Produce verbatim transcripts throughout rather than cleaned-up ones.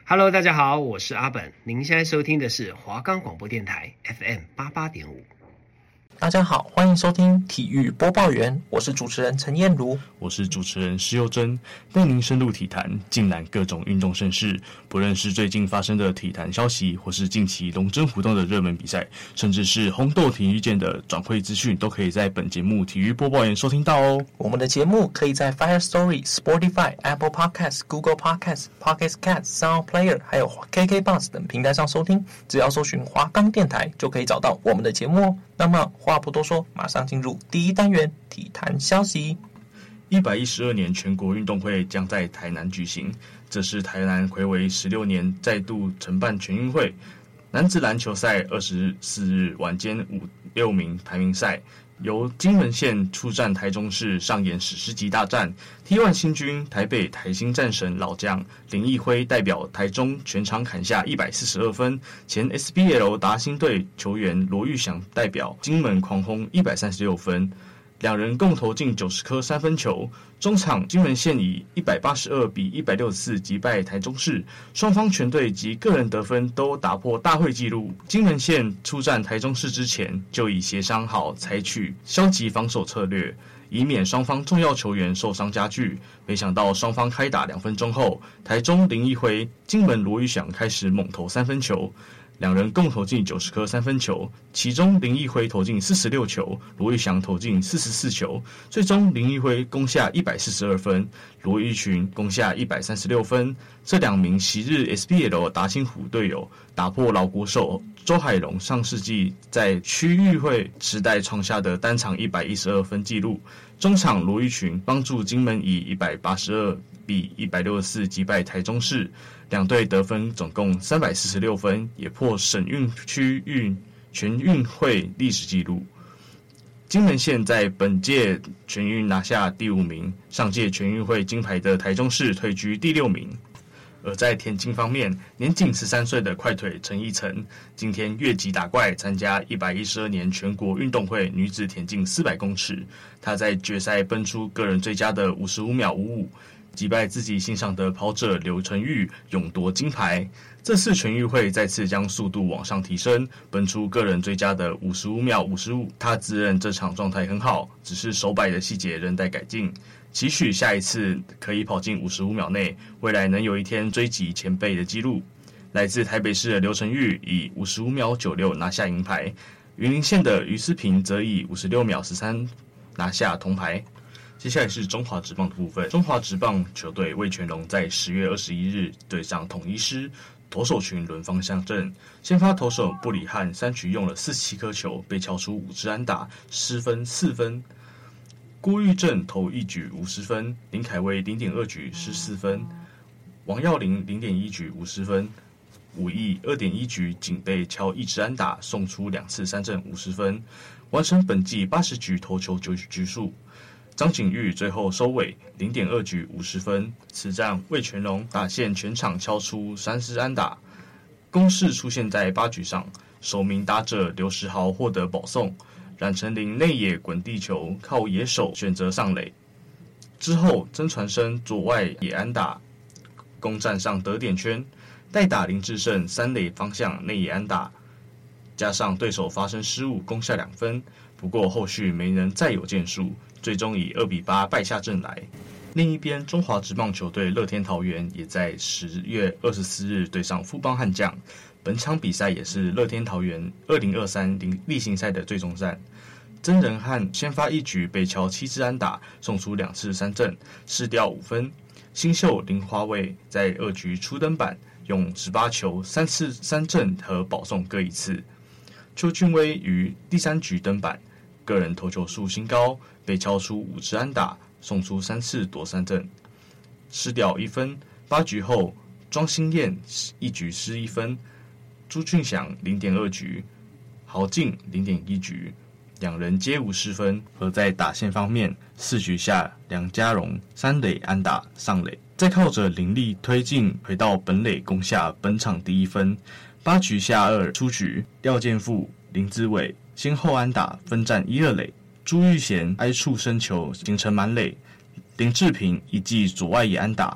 Hello， 大家好，我是阿本，您现在收听的是华冈广播电台 F M 八八点五。 大家好，欢迎收听体育播报员，我是主持人陈燕如， 我是主持人施佑珍，带您深入体坛，尽览各种运动盛事。不论是最近发生的体坛消息，或是近期龙争虎斗的热门比赛，甚至是红豆体育界的转会资讯，都可以在本节目体育播报员收听到哦。 我们的节目可以在 Firstory、Spotify、Apple Podcasts、Google Podcasts、Pocket Casts、Sound Player 还有 K K Box 等平台上收听，只要搜寻华冈电台就可以找到我们的节目哦。那么话不多说，马上进入第一单元体坛消息。 一百一十二年全国运动会将在台南举行，这是台南睽违十六年再度承办全运会。男子篮球赛二十四日晚间五六名排名赛，由金门县出战台中市，上演史诗级大战。T 一 新军台北台新战神老将林奕辉代表台中全场砍下一百四十二分，前 S B L 达兴队球员罗玉祥代表金门狂轰一百三十六分。两人共投进九十颗三分球，中场金门县以一百八十二比一百六十四击败台中市，双方全队及个人得分都打破大会纪录。金门县出战台中市之前就已协商好采取消极防守策略，以免双方重要球员受伤加剧。没想到双方开打两分钟后，台中林奕辉、金门罗玉祥开始猛投三分球。两人共投进九十颗三分球，其中林奕辉投进四十六球，罗玉祥投进四十四球，最终林奕辉攻下一百四十二分，罗玉群攻下一百三十六分。这两名昔日 S B L 达兴虎队友打破老国手周海龙上世纪在区域会时代创下的单场一百一十二分纪录。中场罗玉群帮助金门以一百八十二比一百六十四击败台中市，两队得分总共三百四十六分，也破省运区运全运会历史纪录。金门县在本届全运拿下第五名，上届全运会金牌的台中市退居第六名。而在田径方面，年仅十三岁的快腿陈奕晨今天越级打怪，参加一百一十二年全国运动会女子田径四百公尺。她在决赛奔出个人最佳的五十五秒五五，击败自己欣赏的跑者刘成玉，勇夺金牌。这次全运会再次将速度往上提升，奔出个人最佳的五十五秒五十五。他自认这场状态很好，只是手摆的细节仍待改进，期许下一次可以跑进五十五秒内，未来能有一天追及前辈的纪录。来自台北市的刘成玉以五十五秒九六拿下银牌，云林县的于思平则以五十六秒十三拿下铜牌。接下来是中华职棒的部分。中华职棒球队味全龙在十月二十一日对上统一狮，投手群轮番上阵。先发投手布里汉三局用了四十七颗球，被敲出五支安打，失分四分。郭玉正投一局无失分，林凯威零点二局失四分，王耀林零点一局无失分，武义二点一局仅被敲一支安打，送出两次三振无失分，完成本季八十局投球九局数。张景玉最后收尾零点二局五十分。此战味全龙打线全场敲出三支安打，攻势出现在八局上，首名打者刘时豪获得保送，冉成林内野滚地球靠野手选择上垒，之后曾传生左外野安打攻占上得点圈，代打林志胜三垒方向内野安打，加上对手发生失误攻下两分，不过后续没能再有建树，最终以二比八败下阵来。另一边，中华职棒球队乐天桃园也在十月二十四日对上富邦悍将，本场比赛也是乐天桃园二零二三例行赛的最终战。曾仁汉先发一局被敲七支安打，送出两次三振，失掉五分。新秀林华卫在二局初登板，用十八球三次三振和保送各一次。邱俊威于第三局登板，个人投球数新高，被敲出五支安打，送出三次夺三振，失掉一分。八局后，庄心燕一局失一分，朱俊祥零点二局，豪进零点一局，两人皆无失分。而在打线方面，四局下梁家荣三垒安打上垒，再靠着林立推进回到本垒攻下本场第一分。八局下二出局，廖健富、林子伟先后安打分占一二垒，朱玉贤挨触身球形成满垒，林志平一记左外野安打，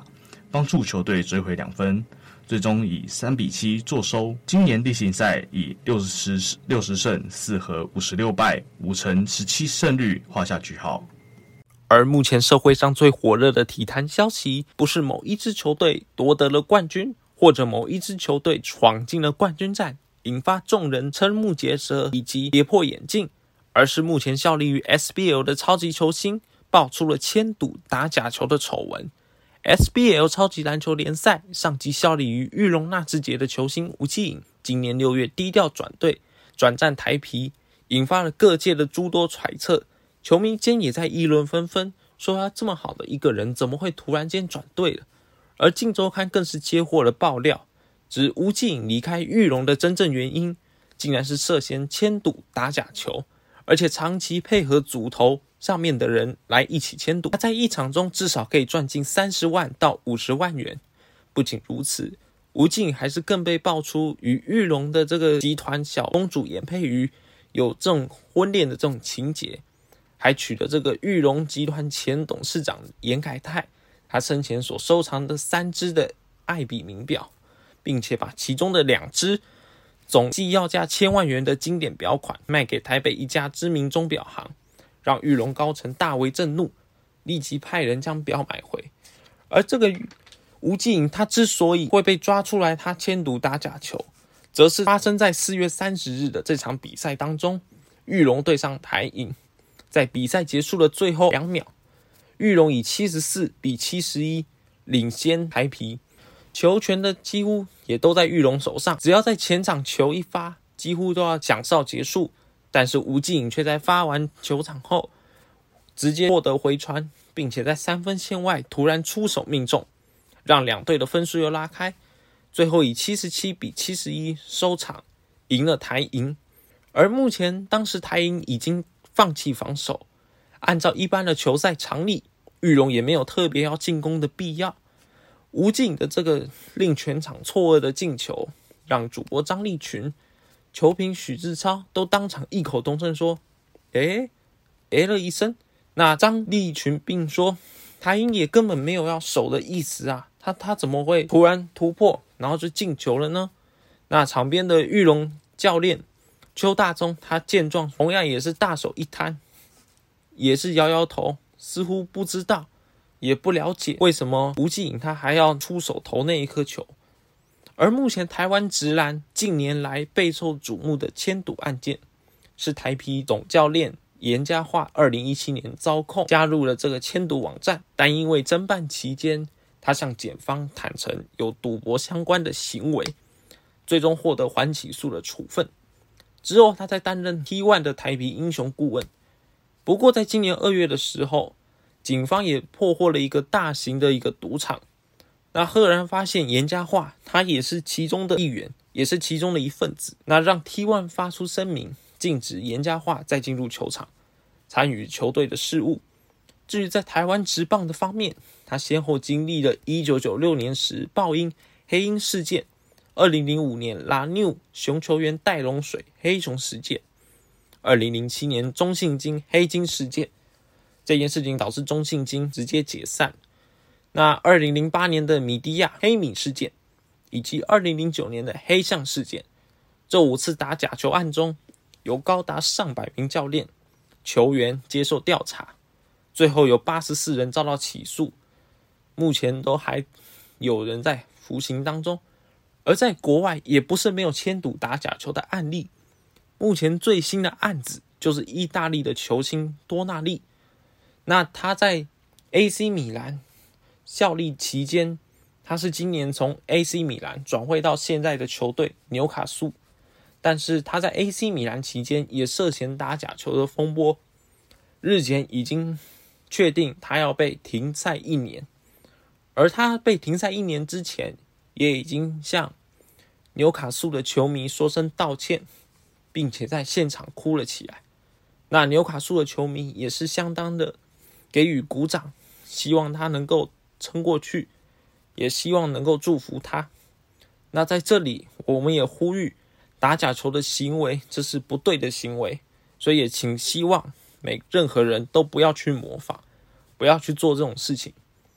帮助球队追回两分，最终以三比七作收。今年例行赛以六十六十胜四和五十六败五成十七胜率画下句号。 而目前社会上最火热的体坛消息，不是某一支球队夺得了冠军，或者某一支球队闯进了冠军战，引发众人瞠目结舌以及跌破眼镜，而是目前效力于 S B L 的超级球星爆出了签赌打假球的丑闻。S B L 超级篮球联赛上季效力于裕隆纳智捷的球星吴季颖，今年六月低调转队，转战台啤，引发了各界的诸多揣测。球迷间也在议论纷纷，说他这么好的一个人，怎么会突然间转队了？而镜周刊更是接获了爆料，指吴季颖离开裕隆的真正原因，竟然是涉嫌签赌打假球，而且长期配合组头上面的人来一起签赌，他在一场中至少可以赚进三十万到五十万元。不仅如此，吴季颖还是更被爆出与裕隆的这个集团小公主颜佩瑜有这种婚恋的这种情节，还取得这个裕隆集团前董事长严凯泰他生前所收藏的三只的爱比名表，并且把其中的两只总计要价千万元的经典表款卖给台北一家知名钟表行，让裕隆高层大为震怒，立即派人将表买回。而这个吴季颖他之所以会被抓出来他签赌打假球，则是发生在四月三十日的这场比赛当中，裕隆对上台银。在比赛结束的最后两秒，裕隆以七十四比七十一领先台啤，球权的几乎也都在裕隆手上，只要在前场球一发，几乎都要响哨结束。但是吴季颖却在发完球场后直接获得回传，并且在三分线外突然出手命中，让两队的分数又拉开，最后以七十七比七十一收场，赢了台银。而目前当时台银已经放弃防守，按照一般的球赛常理，裕隆也没有特别要进攻的必要。吴季颖的这个令全场错愕的进球，让主播张立群、球评许志超都当场异口同声说：“诶，诶了一声。”那张立群并说，台银也根本没有要守的意思啊，他他怎么会突然突破，然后就进球了呢？那场边的裕隆教练邱大中，他见状同样也是大手一摊，也是摇摇头，似乎不知道也不了解为什么吴季颖他还要出手投那一颗球。而目前台湾职篮近年来备受瞩目的签赌案件，是台啤总教练严家樺二零一七年遭控加入了这个签赌网站，但因为侦办期间他向检方坦诚有赌博相关的行为，最终获得缓起诉的处分。之后他在担任 T 一 的台啤英雄顾问。不过在今年二月的时候，警方也破获了一个大型的一个赌场，那赫然发现严家樺他也是其中的一员，也是其中的一份子，那让 T 一 发出声明，禁止严家樺再进入球场参与球队的事务。至于在台湾职棒的方面，他先后经历了一九九六年时爆鹰黑鹰事件，二零零五年拉纽熊球员戴龙水黑熊事件，二零零七年中信金黑金事件，这件事情导致中信金直接解散。那二零零八年的米迪亚黑米事件，以及二零零九年的黑象事件，这五次打假球案中，有高达上百名教练、球员接受调查，最后有八十四人遭到起诉，目前都还有人在服刑当中。而在国外也不是没有签赌打假球的案例，目前最新的案子就是意大利的球星多纳利。那他在 A C 米兰效力期间，他是今年从 A C 米兰转会到现在的球队纽卡素，但是他在 A C 米兰期间也涉嫌打假球的风波，日前已经确定他要被停赛一年。而他被停赛一年之前，也已经向纽卡素的球迷说声道歉，并且在现场哭了起来。那纽卡素的球迷也是相当的给予鼓掌，希望他能够撑过去，也希望能够祝福他。那在这里我们也呼吁，打假球的行为这是不对的行为，所以也请希望每任何人都不要去模仿，不要去做这种事情。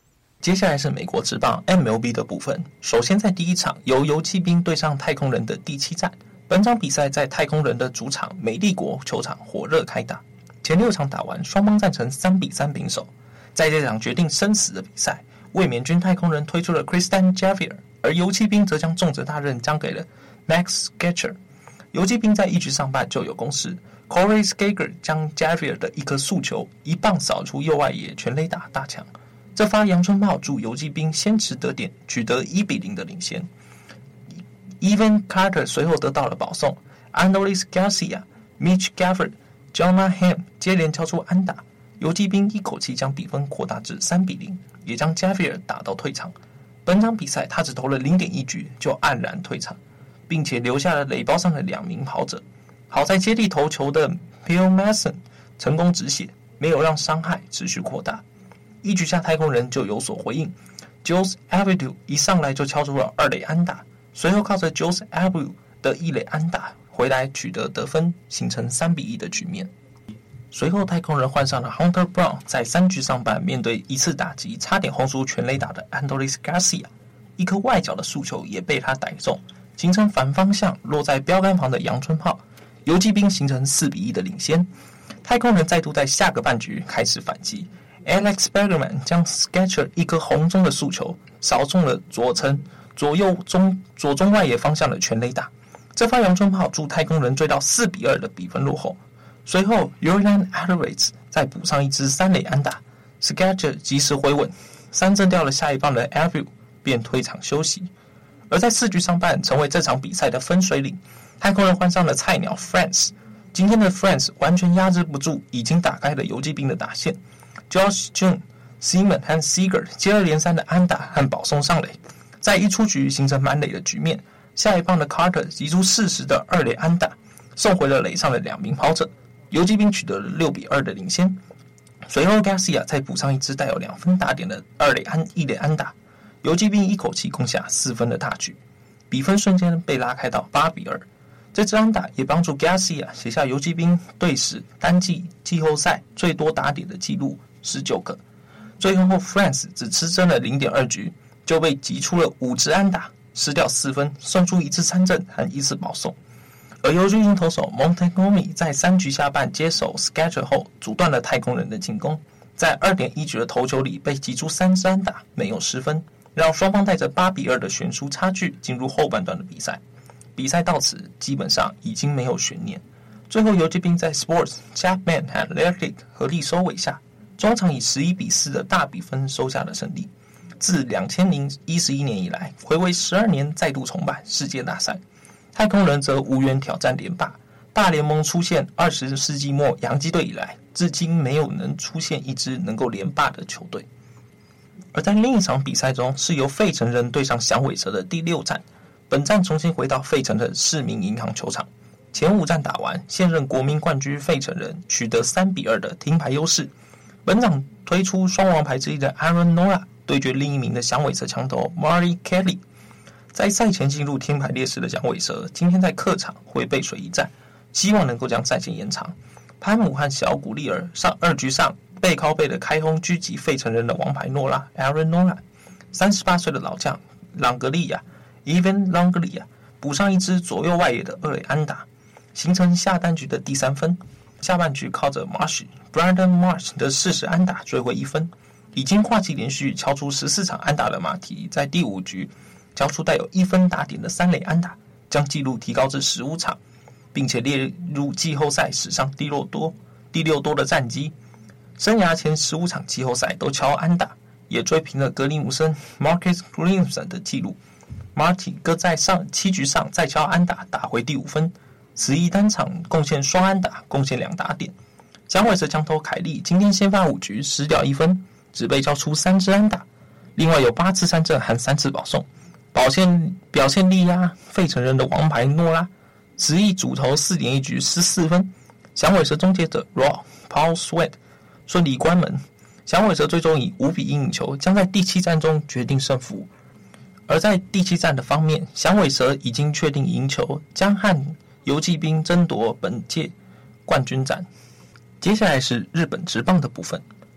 接下来是美国职棒 M L B 的部分。首先在第一场由游骑兵对上太空人的第七战，本场比赛在太空人的主场美丽国球场火热开打，前六场打完，双方战成三比三平手。在这场决定生死的比赛，卫冕军太空人推出了 Cristian Javier， 而游骑兵则将重责大任交给了 Max Scherzer。游骑兵在一局上半就有攻势， Corey Seager 将 Javier 的一颗速球一棒扫出右外野全垒打大墙，这发阳春炮助游骑兵先持得点，取得一比零的领先。Evan Carter 随后得到了保送， Adolis Garcia、Mitch Garver、Jonah Heim 接连敲出安打，游骑兵一口气将比分扩大至三比零，也将 Javier 打到退场。本场比赛他只投了 零点一局就黯然退场，并且留下了垒包上的两名跑者。好在接力投球的 Phil Mason 成功止血，没有让伤害持续扩大。一局下太空人就有所回应， Jose Abreu 一上来就敲出了二垒安打，随后靠着 Jose Abreu 的一垒安打回来取得得分，形成三比一的局面。随后太空人换上了 Hunter Brown， 在三局上半面对一次打击差点轰出全垒打的 Adolis Garcia， 一颗外角的速球也被他逮中，形成反方向落在标杆旁的阳春炮，游骑兵形成四比一的领先。太空人再度在下个半局开始反击， Alex Bergman 将 Scherzer 一颗红中的速球扫中了左侧左右中左中外野方向的全垒打，这发阳春炮助太空人追到四比二的比分落后。随后 Yordan Alvarez 再补上一支三垒安打， Scherzer 及时回稳，三振掉了下一棒的 Abreu 便退场休息。而在四局上半成为这场比赛的分水岭，太空人换上了菜鸟 France， 今天的 France 完全压制不住已经打开了游骑兵的打线， Josh Jung、Seaman 和 Seager 接二连三的安打和保送上垒，在一出局形成满垒的局面。下一棒的 Carter 击出适时的二垒安打，送回了垒上的两名跑者，游骑兵取得了六比二的领先。随后 Garcia 再补上一支带有两分打点的二垒安一垒安打，游骑兵一口气攻下四分的大局，比分瞬间被拉开到八比二。这支安打也帮助 Garcia 写下游骑兵队史单季季后赛最多打点的纪录十九个。最后 France 只吃真了 零点二局就被击出了五支安打，失掉四分，送出一次三振和一次保送。而游击军投手 Montgomery 在三局下半接手 Scherzer 后阻断了太空人的进攻，在 二点一局的投球里被击出三支安打，没有失分，让双方带着八比二的悬殊差距进入后半段的比赛。比赛到此基本上已经没有悬念，最后游骑兵在 Sports、Chapman 和 Lerlick 合力收尾下，中场以十一比四的大比分收下了胜利。自二零一一年以来，睽违十二年再度重办世界大赛。太空人则无缘挑战连霸，大联盟出现二十世纪末洋基队以来，至今没有能出现一支能够连霸的球队。而在另一场比赛中，是由费城人对上响尾蛇的第六战，本战重新回到费城的市民银行球场。前五战打完，现任国民冠军费城人取得三比二的听牌优势。本场推出双王牌之一的 Aaron Nola 对决另一名的响尾蛇强投 Marty Kelly。在赛前进入听牌劣势的响尾蛇，今天在客场会背水一战，希望能够将战线延长。潘姆和小古利尔上二局上背靠背的开轰狙击费城人的王牌诺拉 Aaron Nola， 三十八岁的老将朗格利亚 Evan Longoria 补上一支左右外野的二垒安打，形成下半局的第三分。下半局靠着 Marsh Brandon Marsh 的适时安打追回一分。已经跨季连续敲出十四场安打的马蹄，在第五局敲出带有一分打点的三垒安打，将纪录提高至十五场，并且列入季后赛史上第六多第六多的战绩。生涯前十五场季后赛都敲安打，也追平了格林姆森 Marcus Grimson 的纪录。Marty 各在上七局上再敲安打，打回第五分，此役单场贡献双安打，贡献两打点。响尾蛇强投凯利今天先发五局失掉一分，只被交出三支安打，另外有八次三振和三次保送，表现表现力压费城人的王牌诺拉，此役主投 四点一局失四分。响尾蛇终结者 Raw Paul Sweat 顺利关门，响尾蛇最终以五比一赢球，将在第七战中决定胜负。而在第七战的方面，响尾蛇已经确定赢球，将和游骑兵争夺本届冠军战。接下来是日本职棒的部分。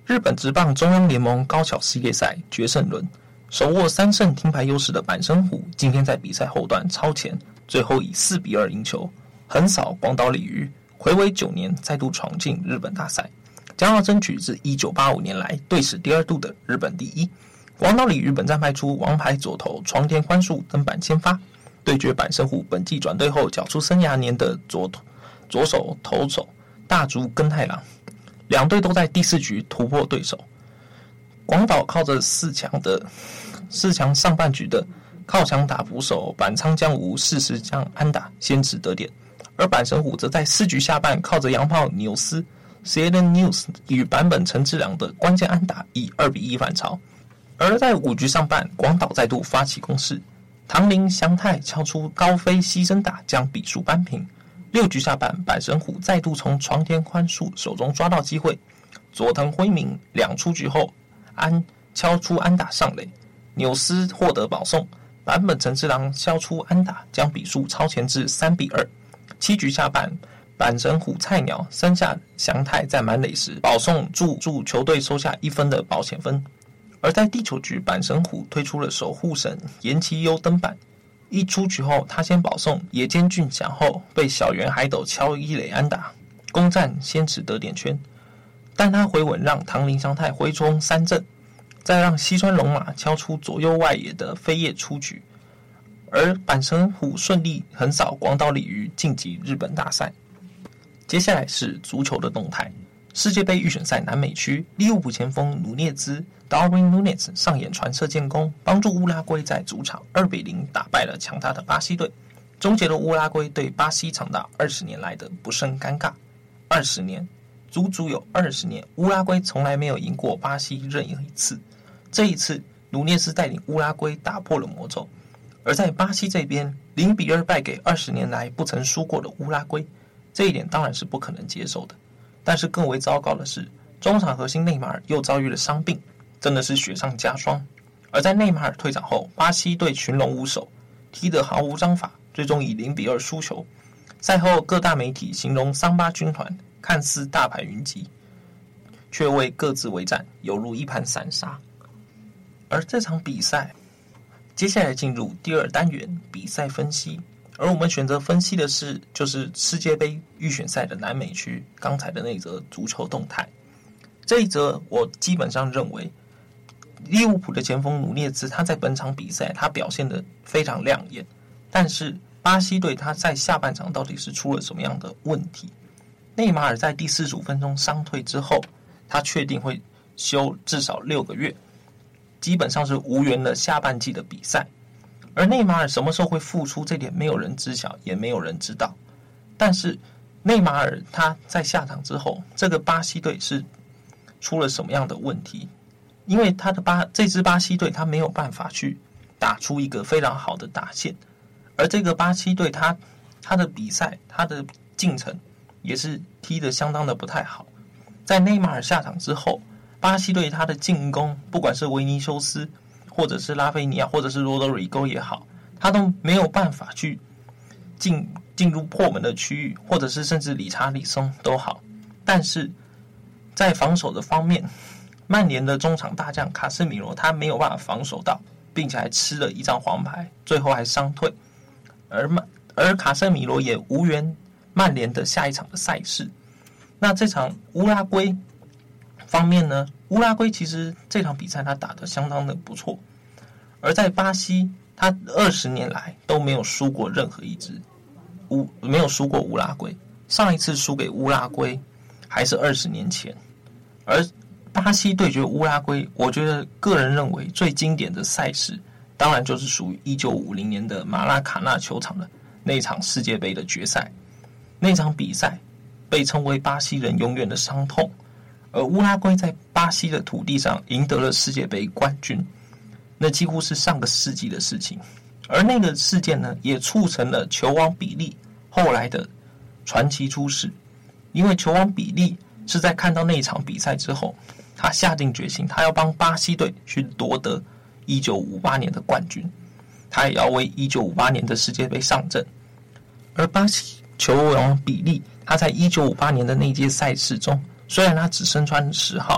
日本职棒中央联盟高桥系列赛决胜轮，手握三胜听牌优势的阪神虎，今天在比赛后段超前，最后以四比二赢球，横扫广岛鲤鱼，睽违九年再度闯进日本大赛，将要争取自一九八五年来队史第二度的日本第一。广岛鲤鱼本站派出王牌左投床田宽树登板先发，对决阪神虎本季转队后缴出生涯年的左左手投手大竹根太郎，两队都在第四局突破对手。广岛靠着四强的四强上半局的靠墙打捕手板仓将吾适时将安打先制得点，而阪神虎则在四局下半靠着洋炮纽斯 Salen News 与坂本诚志良的关键安打以二比一反超。而在五局上半，广岛再度发起攻势，唐林祥太敲出高飞牺牲打将比数扳平。六局下半，阪神虎再度从床田宽树手中抓到机会，佐藤辉明两出局后安敲出安打上垒，纽斯获得保送，坂本诚志郎敲出安打将比数超前至三比二。七局下半，阪神虎菜鸟山下祥太在满垒时保送助助球队收下一分的保险分。而在第九局，阪神虎推出了守护神岩崎优登板，一出局后他先保送野间俊响后被小原海斗敲一垒安打，攻占先持得点圈，但他回稳让唐林祥太挥冲三振，再让西川龙马敲出左右外野的飞叶出局，而阪神虎顺利横扫广岛鲤鱼晋级日本大赛。接下来是足球的动态。世界杯预选赛南美区，利物浦前锋努涅兹 Darwin Núñez 上演传射建功，帮助乌拉圭在主场二比零打败了强大的巴西队，终结了乌拉圭对巴西长达二十年来的不胜尴尬。二十年，足足有二十年，乌拉圭从来没有赢过巴西任何一次。这一次，努涅斯带领乌拉圭打破了魔咒。而在巴西这边，零比二败给二十年来不曾输过的乌拉圭，这一点当然是不可能接受的。但是更为糟糕的是，中场核心内马尔又遭遇了伤病，真的是雪上加霜。而在内马尔退场后，巴西队群龙无首，踢得毫无章法，最终以零比二输球。赛后各大媒体形容桑巴军团看似大牌云集，却为各自为战，犹如一盘散沙。而这场比赛，接下来进入第二单元比赛分析。而我们选择分析的是，就是世界杯预选赛的南美区刚才的那则足球动态。这一则我基本上认为，利物浦的前锋努涅兹他在本场比赛他表现得非常亮眼，但是巴西队他在下半场到底是出了什么样的问题？内马尔在第四十五分钟伤退之后，他确定会休至少六个月，基本上是无缘了下半季的比赛。而内马尔什么时候会复出，这点没有人知晓，也没有人知道。但是内马尔他在下场之后，这个巴西队是出了什么样的问题？因为他的巴这支巴西队他没有办法去打出一个非常好的打线，而这个巴西队他他的比赛他的进程也是踢得相当的不太好。在内马尔下场之后，巴西队他的进攻，不管是维尼修斯或者是拉菲尼亚，或者是罗德里戈也好，他都没有办法去进进入破门的区域，或者是甚至理查里松都好。但是在防守的方面，曼联的中场大将卡斯米罗他没有办法防守到，并且还吃了一张黄牌，最后还伤退。而曼而卡塞米罗也无缘曼联的下一场的赛事。那这场乌拉圭方面呢？乌拉圭其实这场比赛他打得相当的不错，而在巴西，他二十年来都没有输过任何一支乌，没有输过乌拉圭。上一次输给乌拉圭还是二十年前。而巴西对决乌拉圭，我觉得个人认为最经典的赛事，当然就是属于一九五零年的马拉卡纳球场的那场世界杯的决赛。那场比赛被称为巴西人永远的伤痛。而乌拉圭在巴西的土地上赢得了世界杯冠军，那几乎是上个世纪的事情。而那个事件呢，也促成了球王比利后来的传奇出世。因为球王比利是在看到那场比赛之后，他下定决心，他要帮巴西队去夺得一九五八年的冠军，他也要为一九五八年的世界杯上阵。而巴西球王比利，他在一九五八年的那届赛事中，虽然他只身穿十号，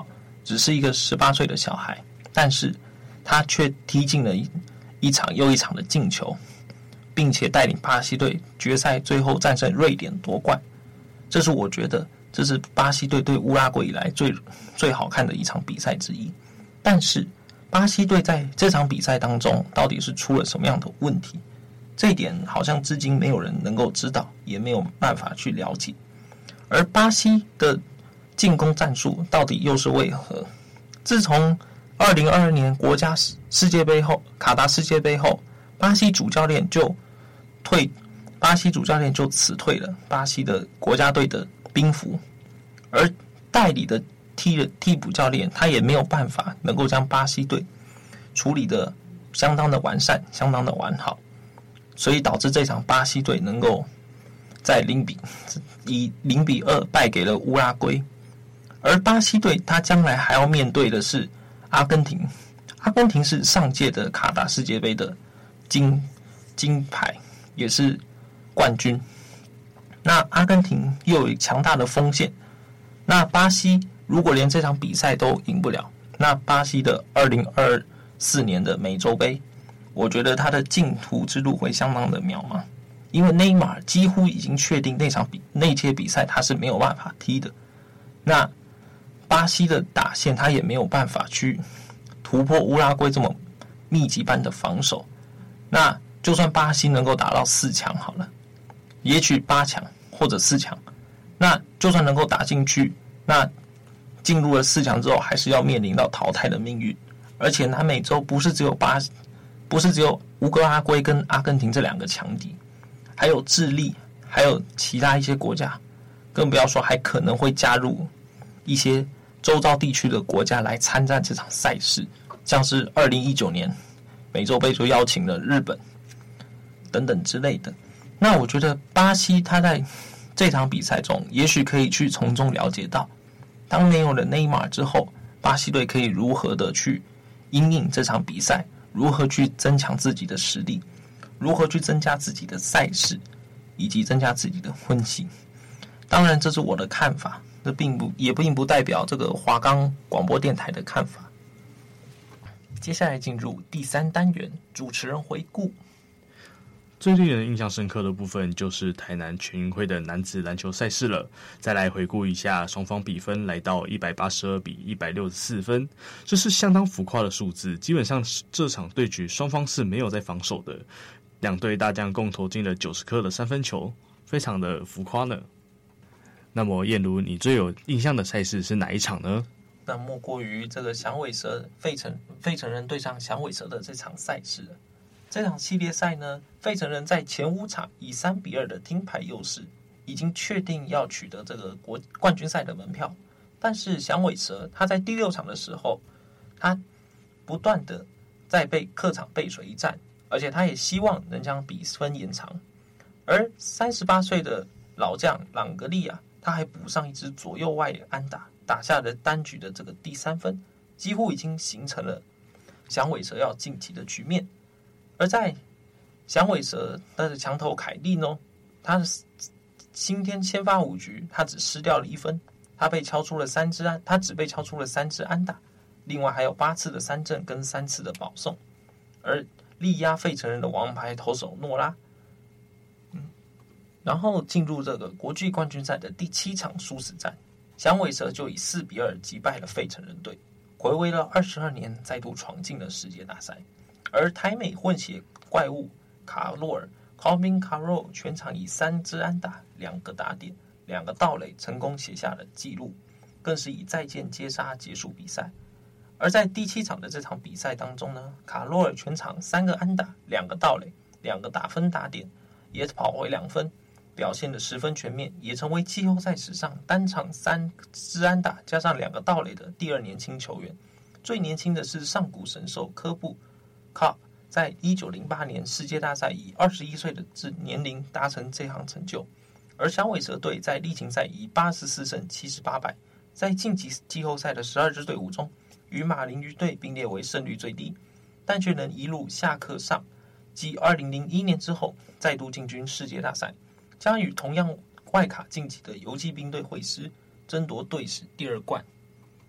只是一个十八岁的小孩，但是他却踢进了一一场又一场的进球，并且带领巴西队决赛最后战胜瑞典夺冠。这是我觉得这是巴西队对乌拉圭以来最最好看的一场比赛之一。但是巴西队在这场比赛当中到底是出了什么样的问题，这一点好像至今没有人能够知道，也没有办法去了解。而巴西的进攻战术到底又是为何？自从二零二二年国家世界杯后，卡达世界杯后，巴西主教练就退，巴西主教练就辞退了巴西的国家队的兵符，而代理的替替补教练他也没有办法能够将巴西队处理的相当的完善，相当的完好，所以导致这场巴西队能够在零比以零比二败给了乌拉圭。而巴西队他将来还要面对的是阿根廷，阿根廷是上届的卡达世界杯的金金牌，也是冠军。那阿根廷又有强大的锋线，那巴西如果连这场比赛都赢不了，那巴西的二零二四年的美洲杯，我觉得他的进途之路会相当的渺茫，因为内马尔几乎已经确定那场比那届比赛他是没有办法踢的。那巴西的打线他也没有办法去突破乌拉圭这么密集般的防守。那就算巴西能够打到四强好了，也许八强或者四强，那就算能够打进去，那进入了四强之后还是要面临到淘汰的命运。而且南美洲不是只有巴不是只有乌克拉圭跟阿根廷这两个强敌，还有智利，还有其他一些国家，更不要说还可能会加入一些周遭地区的国家来参战这场赛事，像是二零一九年美洲杯就邀请了日本等等之类的。那我觉得巴西他在这场比赛中也许可以去从中了解到，当没有了内马尔之后，巴西队可以如何的去因应这场比赛，如何去增强自己的实力，如何去增加自己的赛事，以及增加自己的婚期。当然这是我的看法，这并不也并不代表这个华冈广播电台的看法。接下来进入第三单元，主持人回顾。 最令人印象深刻的部分就是台南全运会的男子篮球赛事了。再来回顾一下双方比分，来到一百八十二比一百六十四分，这是相当浮夸的数字。基本上这场对决双方是没有在防守的，两队大将共投进了九十颗的三分球，非常的浮夸呢。那么燕如，你最有印象的赛事是哪一场呢？ 那莫过于这个响尾蛇费城费城人对上响尾蛇的这场赛事了。这场系列赛呢，费城人在前五场以三比二的听牌优势，已经确定要取得这个国冠军赛的门票。但是响尾蛇他在第六场的时候，他不断的在被客场背水一战，而且他也希望能将比分延长。而三十八岁的老将朗格利亚，他还补上一支左右外安打，打下了单局的这个第三分，几乎已经形成了响尾蛇要晋级的局面。而在响尾蛇的强投凯利呢，他的今天先发五局，他只失掉了一分，他被敲出了三支安，他只被敲出了三支安打，另外还有八次的三振跟三次的保送，而力压费城人的王牌投手诺拉。嗯，然后进入这个国际冠军赛的第七场殊死战，响尾蛇就以四比二击败了费城人队，睽违了二十二年再度闯进了世界大赛。而台美混血怪物卡洛尔 Corbin Carroll 全场以三支安打、两个打点、两个盗垒成功写下了纪录，更是以再见接杀结束比赛。而在第七场的这场比赛当中呢，卡洛尔全场三个安打、两个盗垒、两个打分打点，也跑回两分，表现得十分全面，也成为季后赛史上单场三支安打加上两个盗垒的第二年轻球员。最年轻的是上古神兽科布卡，在一九零八年世界大赛以二十一岁的年龄达成这项成就。而响尾蛇队在例行赛以八十四胜七十八败，在晋级季后赛的十二支队伍中，与马林鱼队并列为胜率最低，但却能一路下克上，继二零零一年之后再度进军世界大赛，将与同样外卡晋级的游骑兵队会师，争夺队史第二冠。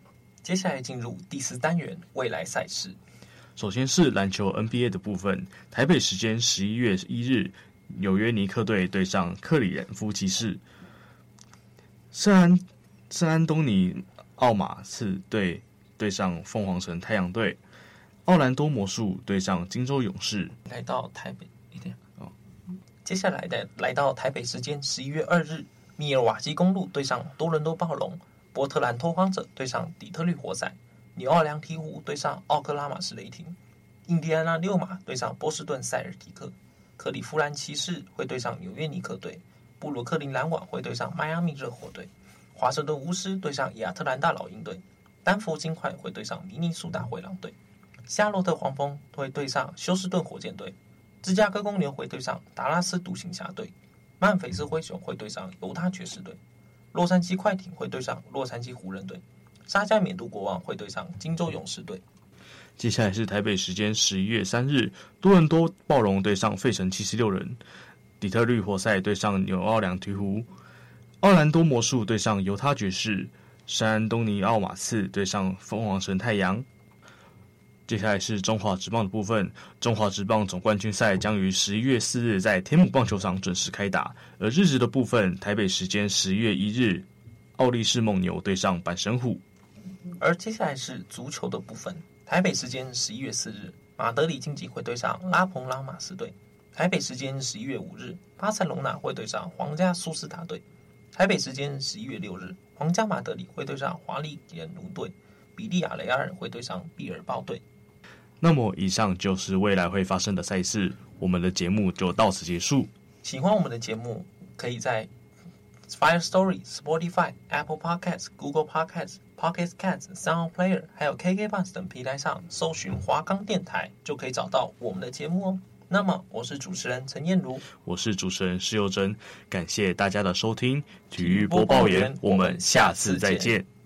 接下来进入第四单元未来赛事。 首先是篮球 N B A 的部分，台北时间十一月一日，纽约尼克队对上克里人夫骑士，圣安圣安东尼奥马刺队对上凤凰城太阳队，奥兰多魔术对上金州勇士。 来到台北一点哦，接下来的来到台北时间十一月二日，密尔瓦基公路对上多伦多暴龙，波特兰拓荒者对上底特律活塞，纽奥良鹈鹕对上奥克拉玛市雷霆，印第安纳六马对上波士顿塞尔提克，克利夫兰骑士会对上纽约尼克队，布鲁克林篮网会对上迈阿密热火队，华盛顿巫师对上亚特兰大老鹰队，丹佛金块会对上明尼苏达灰狼队，夏洛特黄蜂会对上休斯顿火箭队，芝加哥公牛会对上达拉斯独行侠队，曼菲斯灰熊会对上犹他爵士队，洛杉矶快艇会对上洛杉矶湖人队，沙加缅度国王会对上金州勇士队。 接下来是台北时间十一月三日，多伦多暴龙对上费城七十六人，底特律活塞对上纽奥良鹈鹕，奥兰多魔术对上犹他爵士，圣安东尼奥马刺对上凤凰城太阳。接下来是中华职棒的部分，中华职棒总冠军赛将于十一月四日在天母棒球场准时开打，而日职的部分，台北时间十月一日，奥力士梦牛对上阪神虎。 而接下来是足球的部分，台北时间十一月四日，马德里竞技会对上拉蓬拉马斯队；台北时间十一月五日，巴塞隆纳会对上皇家苏斯达队；台北时间十一月六日，皇家马德里会对上华丽人奴队，比利亚雷亚尔会对上毕尔包队。 那么以上就是未来会发生的赛事，我们的节目就到此结束。 喜欢我们的节目，可以在 Firstory、Spotify、Apple Podcasts、Google Podcasts、Pocket Casts、Sound Player 还有 K K Bus 等平台上搜寻华冈电台，就可以找到我们的节目哦。那么我是主持人陈燕如， 我是主持人施佑珍，感谢大家的收听，体育播报员，我们下次再见。